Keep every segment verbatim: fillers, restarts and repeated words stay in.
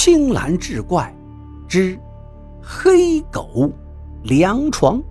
青蓝志怪之黑狗凉床。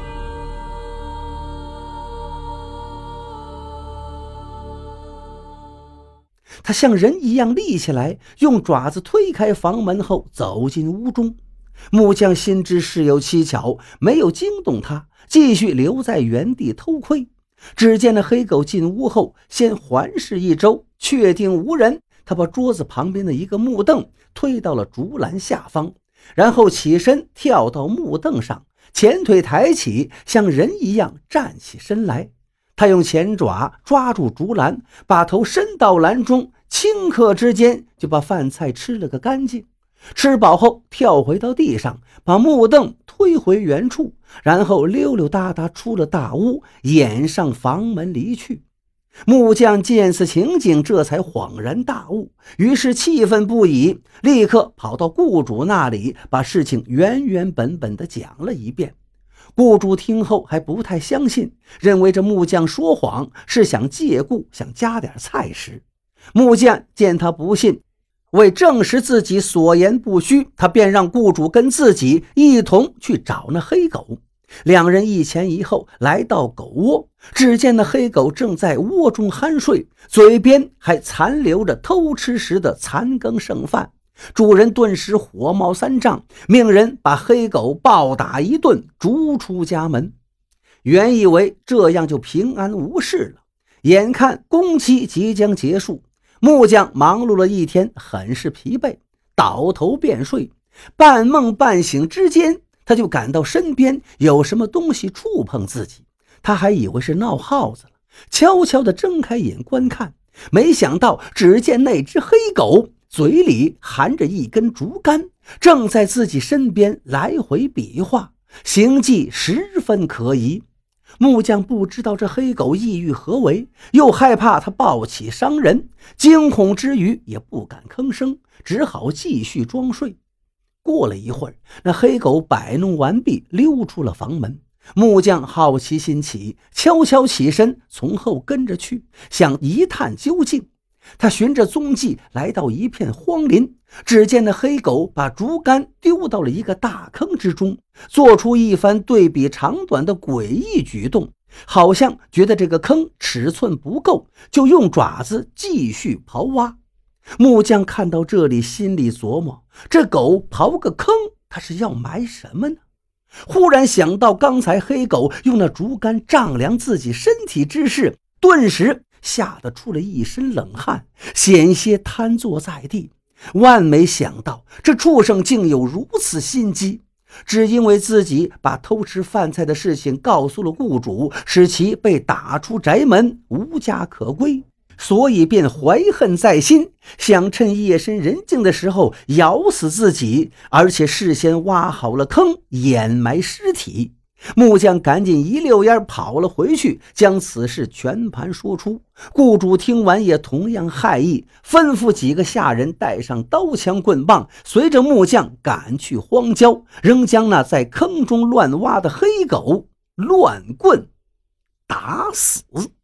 他像人一样立起来，用爪子推开房门后走进屋中。木匠心知事有蹊跷，没有惊动他，继续留在原地偷窥。只见那黑狗进屋后，先环视一周，确定无人，他把桌子旁边的一个木凳推到了竹篮下方，然后起身跳到木凳上，前腿抬起，像人一样站起身来。他用前爪抓住竹篮，把头伸到篮中，顷刻之间就把饭菜吃了个干净。吃饱后跳回到地上，把木凳推回原处，然后溜溜达达出了大屋，掩上房门离去。木匠见此情景，这才恍然大悟，于是气愤不已，立刻跑到雇主那里，把事情原原本本地讲了一遍。雇主听后还不太相信，认为这木匠说谎，是想借故想加点菜食。木匠见他不信，为证实自己所言不虚，他便让雇主跟自己一同去找那黑狗。两人一前一后来到狗窝，只见那黑狗正在窝中酣睡，嘴边还残留着偷吃时的残羹剩饭。主人顿时火冒三丈，命人把黑狗暴打一顿，逐出家门。原以为这样就平安无事了，眼看工期即将结束，木匠忙碌了一天，很是疲惫，倒头便睡。半梦半醒之间，他就感到身边有什么东西触碰自己，他还以为是闹耗子了，悄悄地睁开眼观看，没想到只见那只黑狗嘴里含着一根竹竿，正在自己身边来回比划，行迹十分可疑。木匠不知道这黑狗意欲何为，又害怕它暴起伤人，惊恐之余也不敢吭声，只好继续装睡。过了一会儿，那黑狗摆弄完毕，溜出了房门。木匠好奇心起，悄悄起身从后跟着去，想一探究竟。他循着踪迹来到一片荒林，只见那黑狗把竹竿丢到了一个大坑之中，做出一番对比长短的诡异举动，好像觉得这个坑尺寸不够，就用爪子继续刨挖。木匠看到这里，心里琢磨，这狗刨个坑，它是要埋什么呢？忽然想到刚才黑狗用那竹竿丈量自己身体之事，顿时吓得出了一身冷汗，险些瘫坐在地。万没想到这畜生竟有如此心机，只因为自己把偷吃饭菜的事情告诉了雇主，使其被打出宅门，无家可归，所以便怀恨在心，想趁夜深人静的时候咬死自己，而且事先挖好了坑掩埋尸体。木匠赶紧一溜烟跑了回去，将此事全盘说出。雇主听完也同样害意，吩咐几个下人带上刀枪棍棒，随着木匠赶去荒郊，仍将那在坑中乱挖的黑狗乱棍打死。